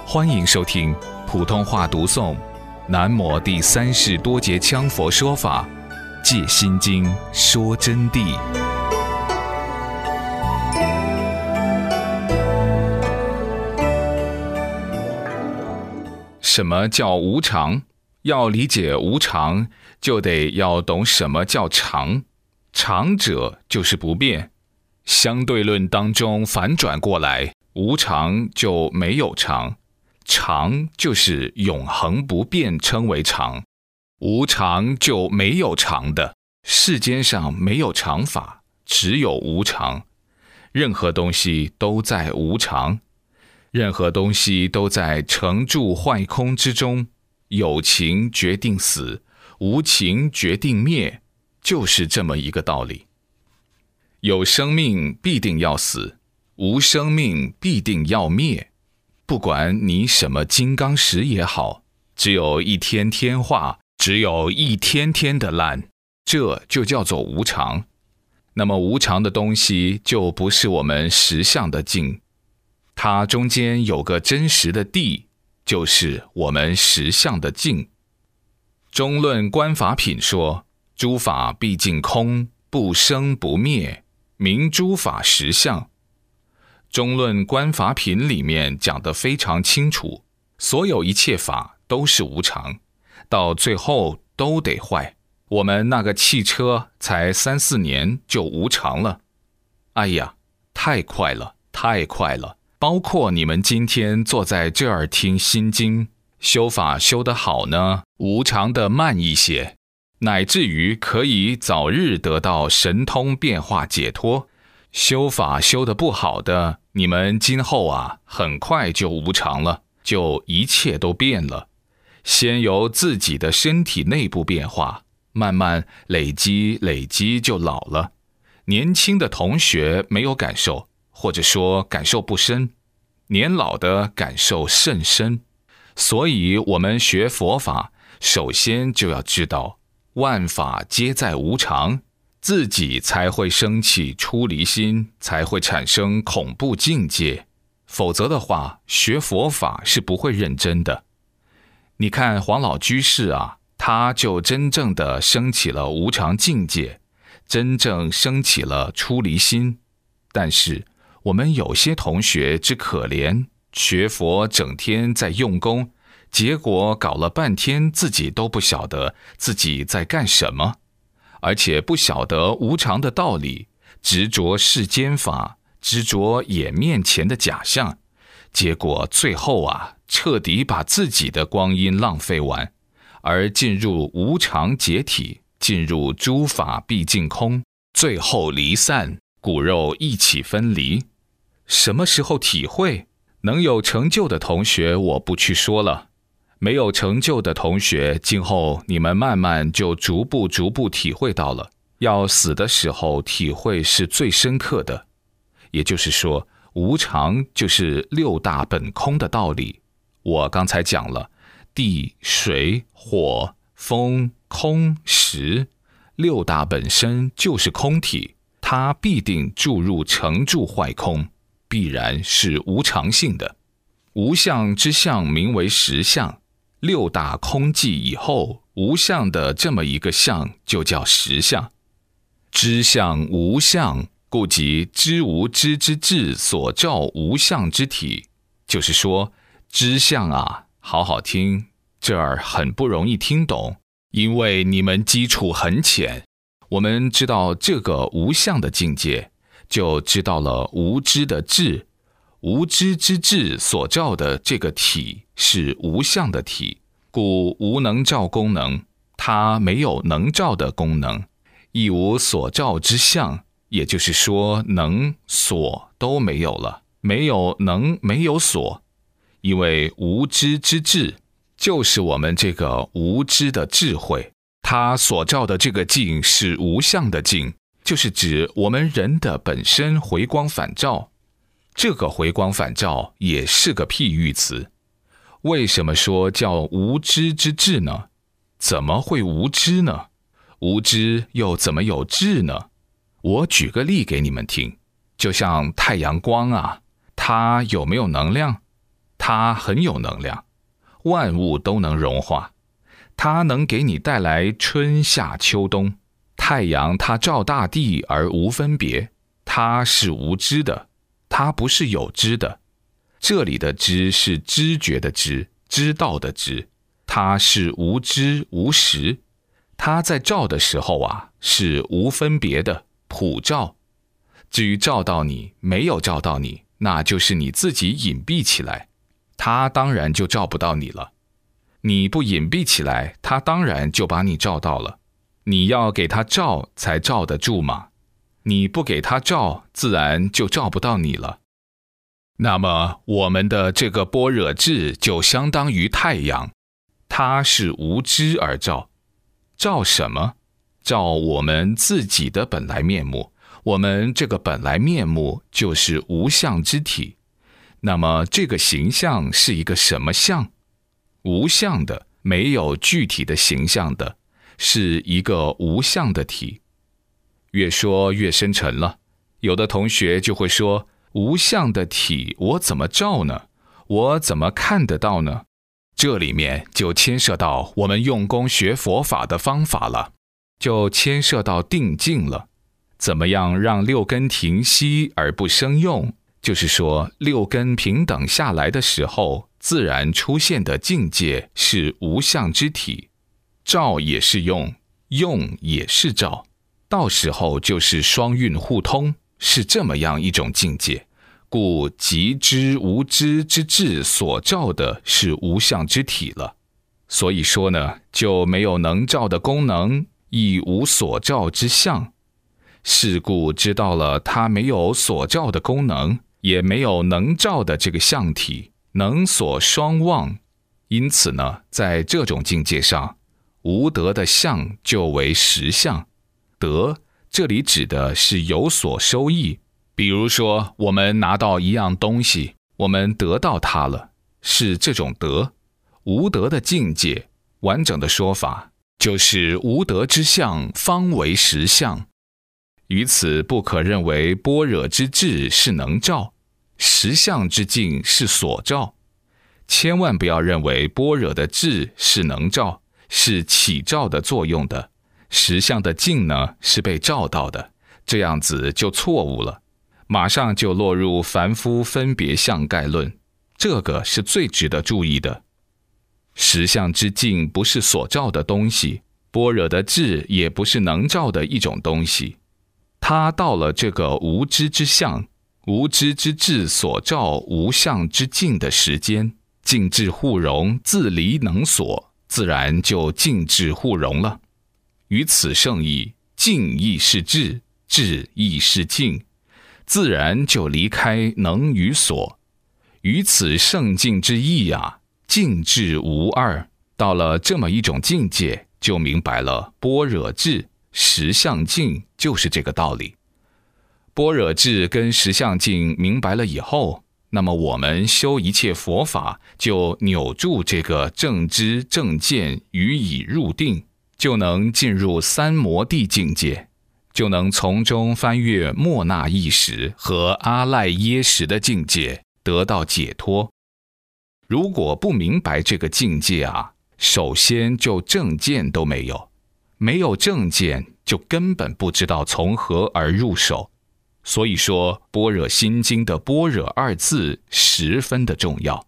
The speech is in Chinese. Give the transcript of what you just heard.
欢迎收听普通话读诵南摩第三世多杰羌佛说法戒心经说真谛。什么叫无常？要理解无常，就得要懂什么叫常。常者就是不变。相对论当中反转过来，无常就没有常，常就是永恒不变，称为常。无常就没有常的，世间上没有常法，只有无常。任何东西都在无常，任何东西都在成住坏空之中。有情决定死，无情决定灭，就是这么一个道理。有生命必定要死，无生命必定要灭。不管你什么金刚石也好，只有一天天化，只有一天天的烂，这就叫做无常。那么无常的东西就不是我们实相的境，它中间有个真实的谛，就是我们实相的境。中论观法品说，诸法毕竟空，不生不灭，名诸法实相。中论观法品里面讲得非常清楚，所有一切法都是无常，到最后都得坏。我们那个汽车才3-4年就无常了，哎呀，太快了，太快了。包括你们今天坐在这儿听心经，修法修得好呢，无常的慢一些，乃至于可以早日得到神通变化解脱。修法修得不好的，你们今后很快就无常了，就一切都变了。先由自己的身体内部变化，慢慢累积就老了。年轻的同学没有感受，或者说感受不深，年老的感受甚深。所以我们学佛法，首先就要知道万法皆在无常，自己才会升起出离心，才会产生恐怖境界。否则的话，学佛法是不会认真的。你看黄老居士他就真正的升起了无常境界，真正升起了出离心。但是我们有些同学之可怜，学佛整天在用功，结果搞了半天自己都不晓得自己在干什么，而且不晓得无常的道理，执着世间法，执着眼面前的假象，结果最后彻底把自己的光阴浪费完，而进入无常解体，进入诸法毕竟空，最后离散，骨肉一起分离。什么时候体会？能有成就的同学我不去说了，没有成就的同学，今后你们慢慢就逐步体会到了。要死的时候体会是最深刻的。也就是说，无常就是六大本空的道理。我刚才讲了，地、水、火、风、空、识，六大本身就是空体，它必定注入成住坏空，必然是无常性的。无相之相名为实相，六大空寂以后，无相的这么一个相就叫实相。知相无相，故即知无知之智所照无相之体。就是说，知相好好听，这儿很不容易听懂，因为你们基础很浅。我们知道这个无相的境界，就知道了无知的智，无知之智所照的这个体是无相的体，故无能照功能，它没有能照的功能，亦无所照之相，也就是说能所都没有了，没有能，没有所。因为无知之智就是我们这个无知的智慧，它所照的这个境是无相的境，就是指我们人的本身回光返照。这个回光返照也是个譬喻词。为什么说叫无知之智呢？怎么会无知呢？无知又怎么有智呢？我举个例给你们听，就像太阳光它有没有能量？它它很有能量，万物都能融化，它能给你带来春夏秋冬。太阳它照大地而无分别，它是无知的，它不是有知的。这里的知是知觉的知，知道的知，它是无知无实。它在照的时候是无分别的普照。至于照到你没有照到你，那就是你自己隐蔽起来，它当然就照不到你了。你不隐蔽起来，它当然就把你照到了。你要给它照才照得住嘛，你不给它照，自然就照不到你了。那么我们的这个般若智就相当于太阳，它是无知而照。照什么？照我们自己的本来面目。我们这个本来面目就是无相之体。那么这个形象是一个什么相？无相的，没有具体的形象的，是一个无相的体。越说越深沉了，有的同学就会说，无相的体我怎么照呢？我怎么看得到呢？这里面就牵涉到我们用功学佛法的方法了，就牵涉到定境了。怎么样让六根停息而不生用？就是说六根平等下来的时候，自然出现的境界是无相之体。照也是用，用也是照，到时候就是双运互通，是这么样一种境界。故即知无知之智所照的是无相之体了。所以说呢，就没有能照的功能，亦无所照之相。是故知道了它没有所照的功能，也没有能照的这个相体，能所双忘。因此呢，在这种境界上，无得的相就为实相。得这里指的是有所收益，比如说我们拿到一样东西，我们得到它了，是这种得。无得的境界，完整的说法就是无得之相方为实相。于此不可认为般若之智是能照，实相之境是所照。千万不要认为般若的智是能照，是起照的作用的，实相的境呢是被照到的，这样子就错误了，马上就落入凡夫分别相概论，这个是最值得注意的。实相之境不是所照的东西，般若的智也不是能照的一种东西。他到了这个无知之相，无知之智所照无相之境的时间，境智互融，自离能所，自然就境智互融了。于此圣意，境亦是智，智亦是境，自然就离开能与所。于此圣境之意境智无二。到了这么一种境界，就明白了般若智实相境就是这个道理。般若智跟实相境明白了以后，那么我们修一切佛法，就扭住这个正知正见予以入定，就能进入三摩地境界，就能从中翻越末那意识和阿赖耶识的境界，得到解脱。如果不明白这个境界首先就正见都没有，没有正见就根本不知道从何而入手。所以说般若心经的般若二字十分的重要。